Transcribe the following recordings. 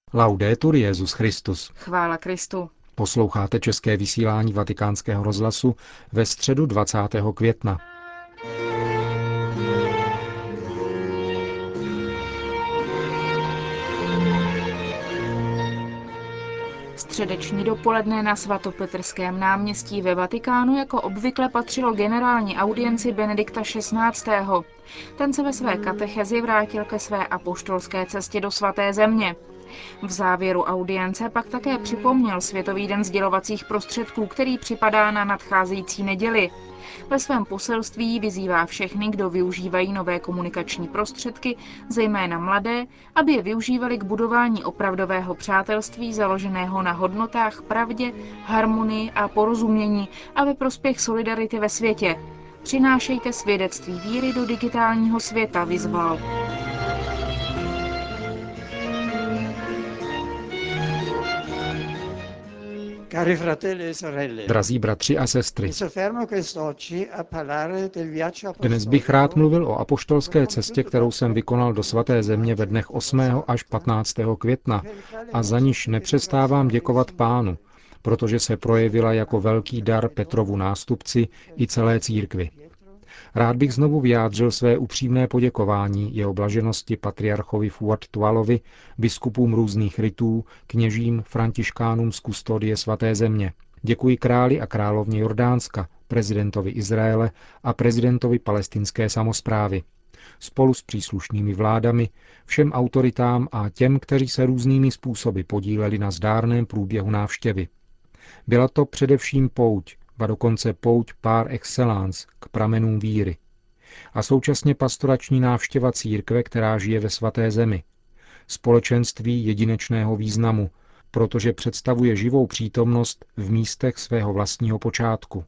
Laudetur Jesus Christus. Chvála Kristu. Posloucháte české vysílání Vatikánského rozhlasu ve středu 20. května. Středeční dopoledne na svatopetrském náměstí ve Vatikánu jako obvykle patřilo generální audienci Benedikta XVI. Ten se ve své katechezi vrátil ke své apoštolské cestě do svaté země. V závěru audience pak také připomněl Světový den sdělovacích prostředků, který připadá na nadcházející neděli. Ve svém poselství vyzývá všechny, kdo využívají nové komunikační prostředky, zejména mladé, aby je využívali k budování opravdového přátelství založeného na hodnotách pravdě, harmonii a porozumění a ve prospěch solidarity ve světě. Přinášejte svědectví víry do digitálního světa, vyzval. Drazí bratři a sestry, dnes bych rád mluvil o apoštolské cestě, kterou jsem vykonal do svaté země ve dnech 8. až 15. května a za niž nepřestávám děkovat Pánu, protože se projevila jako velký dar Petrovu nástupci i celé církvi. Rád bych znovu vyjádřil své upřímné poděkování jeho blaženosti patriarchovi Fuad Tualovi, biskupům různých ritů, kněžím, františkánům z kustodie svaté země. Děkuji králi a královně Jordánska, prezidentovi Izraele a prezidentovi palestinské samosprávy. Spolu s příslušnými vládami, všem autoritám a těm, kteří se různými způsoby podíleli na zdárném průběhu návštěvy. Byla to především pouť, ba dokonce pouť par excellence k pramenům víry. A současně pastorační návštěva církve, která žije ve svaté zemi. Společenství jedinečného významu, protože představuje živou přítomnost v místech svého vlastního počátku.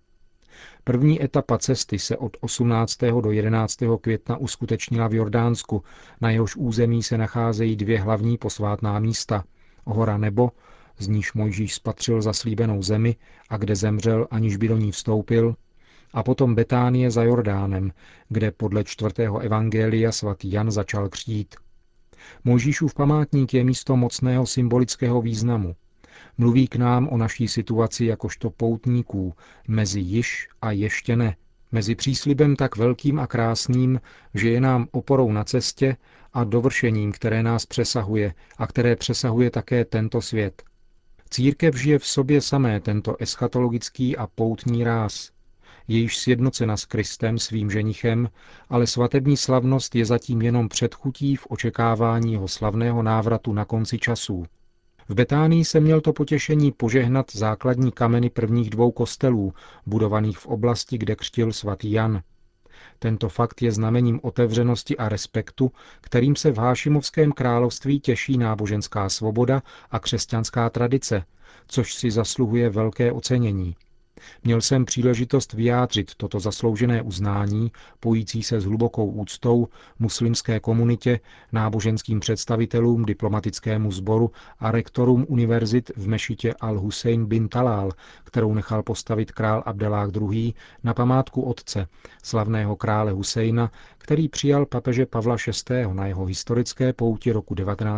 První etapa cesty se od 18. do 11. května uskutečnila v Jordánsku, na jehož území se nacházejí dvě hlavní posvátná místa, hora Nebo, z níž Mojžíš spatřil zaslíbenou zemi a kde zemřel, aniž by do ní vstoupil, a potom Betánie za Jordánem, kde podle 4. evangelia svatý Jan začal křtít. Mojžíšův památník je místo mocného symbolického významu. Mluví k nám o naší situaci jakožto poutníků mezi již a ještě ne, mezi příslibem tak velkým a krásným, že je nám oporou na cestě, a dovršením, které nás přesahuje a které přesahuje také tento svět. Církev žije v sobě samé tento eschatologický a poutní ráz. Je již sjednocena s Kristem, svým ženichem, ale svatební slavnost je zatím jenom předchutí v očekávání jeho slavného návratu na konci časů. V Betánii se měl to potěšení požehnat základní kameny prvních dvou kostelů, budovaných v oblasti, kde křtil svatý Jan. Tento fakt je znamením otevřenosti a respektu, kterým se v Hášimovském království těší náboženská svoboda a křesťanská tradice, což si zasluhuje velké ocenění. Měl jsem příležitost vyjádřit toto zasloužené uznání, pojící se s hlubokou úctou muslimské komunitě, náboženským představitelům, diplomatickému sboru a rektorům univerzit v mešitě Al-Hussein bin Talal, kterou nechal postavit král Abdelláh II. Na památku otce, slavného krále Husejna, který přijal papeže Pavla VI. Na jeho historické pouti roku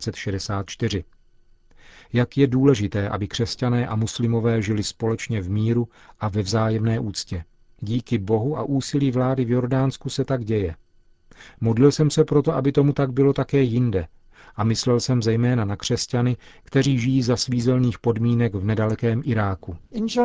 1964. Jak je důležité, aby křesťané a muslimové žili společně v míru a ve vzájemné úctě. Díky Bohu a úsilí vlády v Jordánsku se tak děje. Modlil jsem se proto, aby tomu tak bylo také jinde. A myslel jsem zejména na křesťany, kteří žijí za svízelných podmínek v nedalekém Iráku.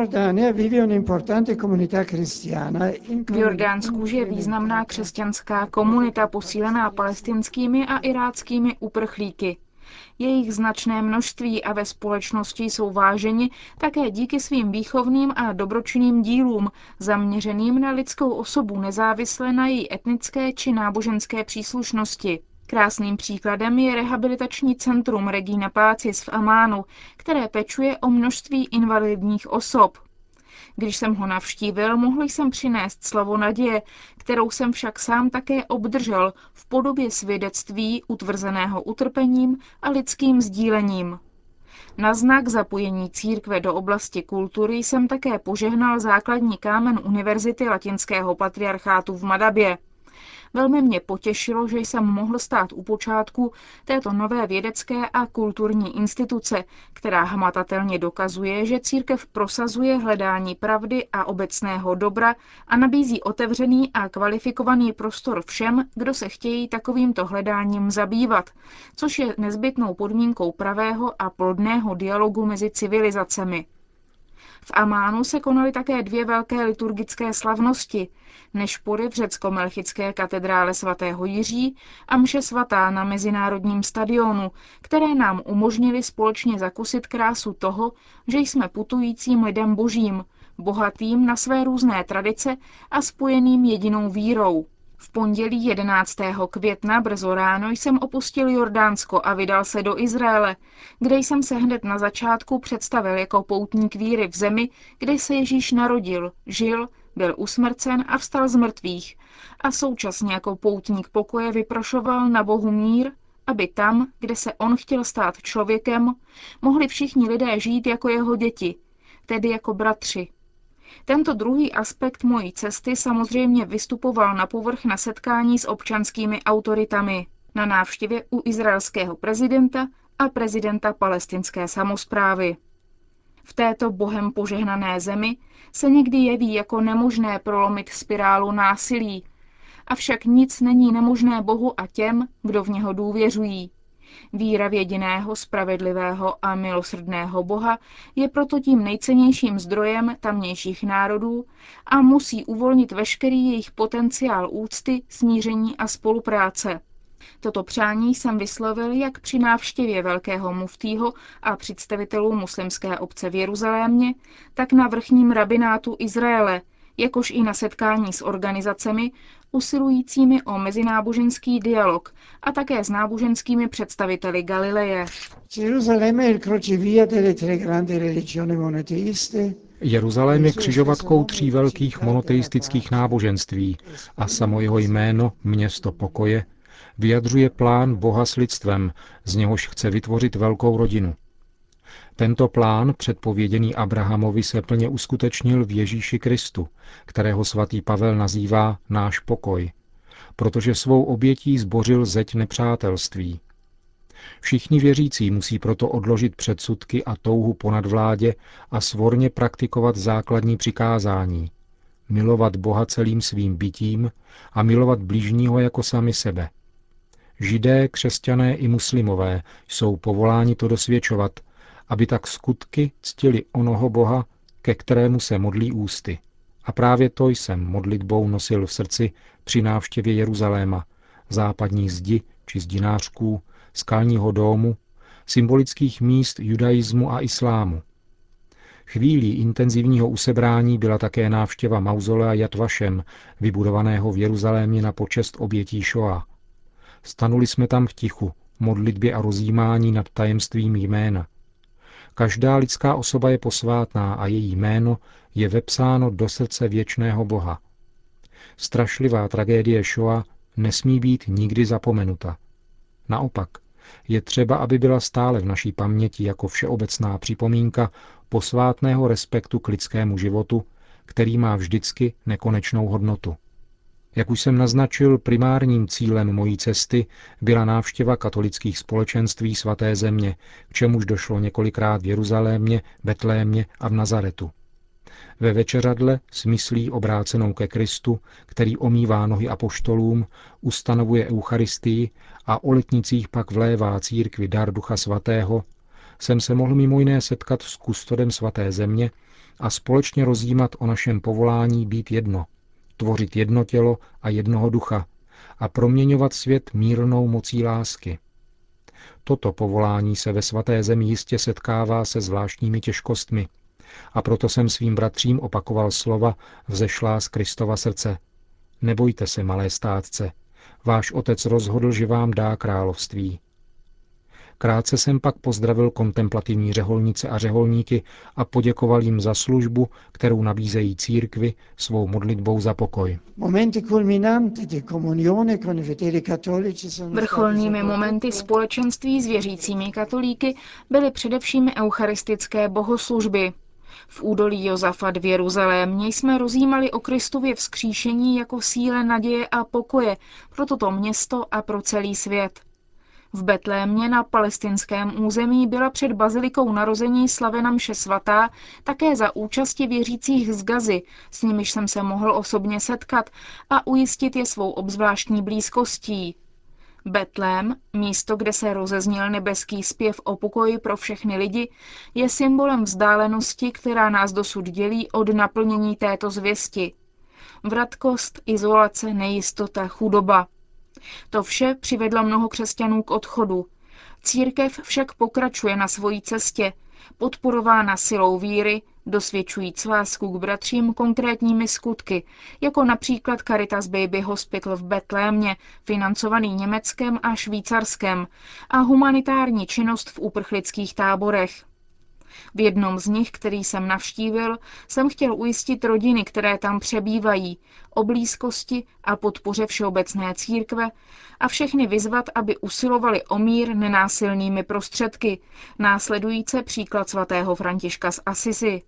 V Jordánsku žije významná křesťanská komunita posílená palestinskými a iráckými uprchlíky. Jejich značné množství a ve společnosti jsou váženi také díky svým výchovným a dobročinným dílům, zaměřeným na lidskou osobu nezávisle na její etnické či náboženské příslušnosti. Krásným příkladem je rehabilitační centrum Regina Pacis v Amánu, které pečuje o množství invalidních osob. Když jsem ho navštívil, mohl jsem přinést slovo naděje, kterou jsem však sám také obdržel v podobě svědectví utvrzeného utrpením a lidským sdílením. Na znak zapojení církve do oblasti kultury jsem také požehnal základní kámen Univerzity Latinského patriarchátu v Madabě. Velmi mě potěšilo, že jsem mohl stát u počátku této nové vědecké a kulturní instituce, která hmatatelně dokazuje, že církev prosazuje hledání pravdy a obecného dobra a nabízí otevřený a kvalifikovaný prostor všem, kdo se chtějí takovýmto hledáním zabývat, což je nezbytnou podmínkou pravého a plodného dialogu mezi civilizacemi. V Amánu se konaly také 2 velké liturgické slavnosti, nešpory v řecko-melchické katedrále svatého Jiří a mše svatá na Mezinárodním stadionu, které nám umožnily společně zakusit krásu toho, že jsme putujícím lidem božím, bohatým na své různé tradice a spojeným jedinou vírou. V pondělí 11. května brzo ráno jsem opustil Jordánsko a vydal se do Izraele, kde jsem se hned na začátku představil jako poutník víry v zemi, kde se Ježíš narodil, žil, byl usmrcen a vstal z mrtvých a současně jako poutník pokoje vyprošoval na Bohu mír, aby tam, kde se on chtěl stát člověkem, mohli všichni lidé žít jako jeho děti, tedy jako bratři. Tento druhý aspekt mojí cesty samozřejmě vystupoval na povrch na setkání s občanskými autoritami, na návštěvě u izraelského prezidenta a prezidenta palestinské samosprávy. V této Bohem požehnané zemi se někdy jeví jako nemožné prolomit spirálu násilí, avšak nic není nemožné Bohu a těm, kdo v něho důvěřují. Víra v jediného, spravedlivého a milosrdného Boha je proto tím nejcennějším zdrojem tamnějších národů a musí uvolnit veškerý jejich potenciál úcty, smíření a spolupráce. Toto přání jsem vyslovil jak při návštěvě velkého muftího a představitelů muslimské obce v Jeruzalémě, tak na vrchním rabinátu Izraele, jakož i na setkání s organizacemi usilujícími o mezináboženský dialog a také s náboženskými představiteli Galileje. Jeruzalém je křižovatkou 3 velkých monoteistických náboženství a samo jeho jméno, město pokoje, vyjadřuje plán Boha s lidstvem, z něhož chce vytvořit velkou rodinu. Tento plán, předpověděný Abrahamovi, se plně uskutečnil v Ježíši Kristu, kterého svatý Pavel nazývá náš pokoj, protože svou obětí zbořil zeď nepřátelství. Všichni věřící musí proto odložit předsudky a touhu po nadvládě a svorně praktikovat základní přikázání. Milovat Boha celým svým bytím a milovat bližního jako sami sebe. Židé, křesťané i muslimové jsou povoláni to dosvědčovat, aby tak skutky ctili onoho Boha, ke kterému se modlí ústy. A právě to jsem modlitbou nosil v srdci při návštěvě Jeruzaléma, západních zdi či zdinářků, skalního domu, symbolických míst judaismu a islámu. Chvílí intenzivního usebrání byla také návštěva mauzolea Yad Vašem, vybudovaného v Jeruzalémě na počest obětí Šoa. Stanuli jsme tam v tichu, modlitbě a rozjímání nad tajemstvím jména. Každá lidská osoba je posvátná a její jméno je vepsáno do srdce věčného Boha. Strašlivá tragédie Šoa nesmí být nikdy zapomenuta. Naopak, je třeba, aby byla stále v naší paměti jako všeobecná připomínka posvátného respektu k lidskému životu, který má vždycky nekonečnou hodnotu. Jak už jsem naznačil, primárním cílem mojí cesty byla návštěva katolických společenství svaté země, k čemuž došlo několikrát v Jeruzalémě, Betlémě a v Nazaretu. Ve večeřadle s myslí obrácenou ke Kristu, který omývá nohy apoštolům, ustanovuje eucharistii a o letnicích pak vlévá církvi dar Ducha Svatého, jsem se mohl mimo jiné setkat s kustodem svaté země a společně rozjímat o našem povolání být jedno, tvořit jedno tělo a jednoho ducha a proměňovat svět mírnou mocí lásky. Toto povolání se ve svaté zemi jistě setkává se zvláštními těžkostmi, a proto jsem svým bratřím opakoval slova vzešlá z Kristova srdce. Nebojte se, malé státce, váš otec rozhodl, že vám dá království. Krátce jsem pak pozdravil kontemplativní řeholnice a řeholníky a poděkoval jim za službu, kterou nabízejí církvi svou modlitbou za pokoj. Vrcholnými momenty společenství s věřícími katolíky byly především eucharistické bohoslužby. V údolí Josafat v Jeruzalémě jsme rozjímali o Kristově vzkříšení jako síle naděje a pokoje pro toto město a pro celý svět. V Betlémě na palestinském území byla před bazilikou narození slavena mše svatá také za účasti věřících z Gazy, s nimiž jsem se mohl osobně setkat a ujistit je svou obzvláštní blízkostí. Betlém, místo, kde se rozezněl nebeský zpěv o pokoji pro všechny lidi, je symbolem vzdálenosti, která nás dosud dělí od naplnění této zvěsti. Vratkost, izolace, nejistota, chudoba. To vše přivedlo mnoho křesťanů k odchodu. Církev však pokračuje na svojí cestě, podporována silou víry, dosvědčujíc lásku k bratřím konkrétními skutky, jako například Caritas Baby Hospital v Betlémě, financovaný Německem a Švýcarskem, a humanitární činnost v uprchlických táborech. V jednom z nich, který jsem navštívil, jsem chtěl ujistit rodiny, které tam přebývají, o blízkosti a podpoře Všeobecné církve a všechny vyzvat, aby usilovali o mír nenásilnými prostředky, následujíce příklad svatého Františka z Assisi.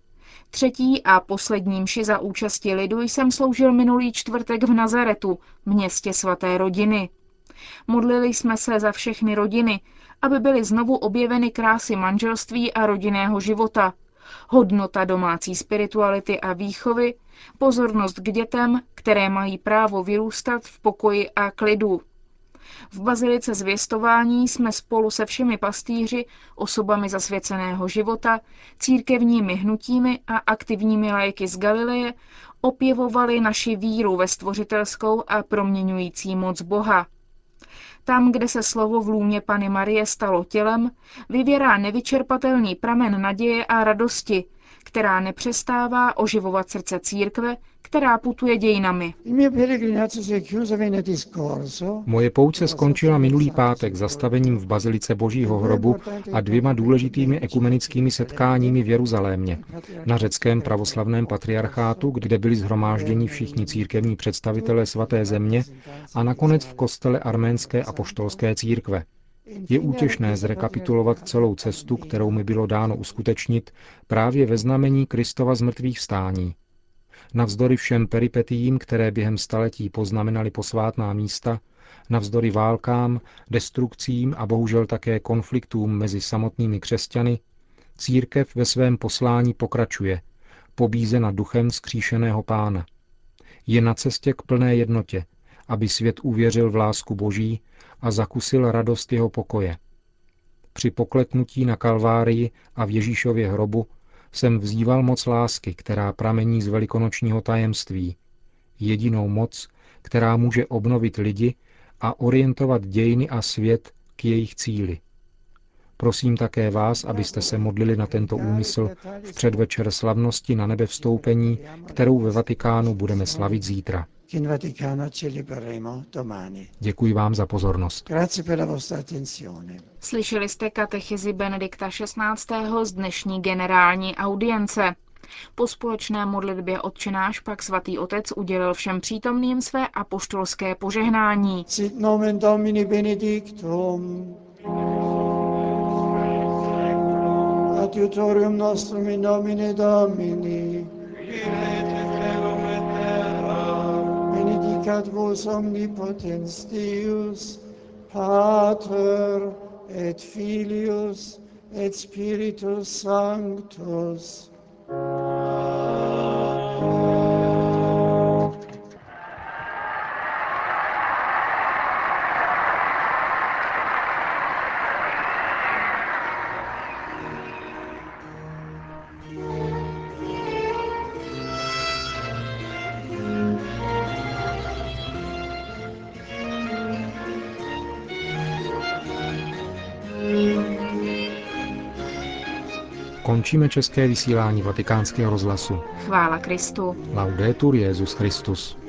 Třetí a poslední mši za účasti lidu jsem sloužil minulý čtvrtek v Nazaretu, městě svaté rodiny. Modlili jsme se za všechny rodiny, aby byly znovu objeveny krásy manželství a rodinného života, hodnota domácí spirituality a výchovy, pozornost k dětem, které mají právo vyrůstat v pokoji a klidu. V bazilice zvěstování jsme spolu se všemi pastýři, osobami zasvěceného života, církevními hnutími a aktivními laiky z Galileje opěvovali naši víru ve stvořitelskou a proměňující moc Boha. Tam, kde se slovo v lůně Panny Marie stalo tělem, vyvěrá nevyčerpatelný pramen naděje a radosti, která nepřestává oživovat srdce církve, která putuje dějinami. Moje pouť se skončila minulý pátek zastavením v bazilice Božího hrobu a 2 důležitými ekumenickými setkáními v Jeruzalémě. Na řeckém pravoslavném patriarchátu, kde byli shromážděni všichni církevní představitelé svaté země, a nakonec v kostele arménské apoštolské církve. Je útěšné zrekapitulovat celou cestu, kterou mi bylo dáno uskutečnit právě ve znamení Kristova zmrtvýchvstání. Navzdory všem peripetiím, které během staletí poznamenaly posvátná místa, navzdory válkám, destrukcím a bohužel také konfliktům mezi samotnými křesťany, církev ve svém poslání pokračuje, pobízena duchem vzkříšeného Pána. Je na cestě k plné jednotě, aby svět uvěřil v lásku Boží a zakusil radost jeho pokoje. Při pokleknutí na Kalvárii a v Ježíšově hrobu jsem vzýval moc lásky, která pramení z velikonočního tajemství, jedinou moc, která může obnovit lidi a orientovat dějiny a svět k jejich cíli. Prosím také vás, abyste se modlili na tento úmysl v předvečer slavnosti na nebevstoupení, kterou ve Vatikánu budeme slavit zítra. Děkuji vám za pozornost. Slyšeli jste katechezi Benedikta XVI. Z dnešní generální audience. Po společné modlitbě Otčenáš pak svatý otec udělil všem přítomným své apoštolské požehnání. Sit nomen Domini benedictum. Adiutorium nostrum in nomine Domini. Benedicat vos omnipotens Deus, Pater et Filius et Spiritus Sanctus. Končíme české vysílání Vatikánského rozhlasu. Chvála Kristu. Laudetur Jesus Christus.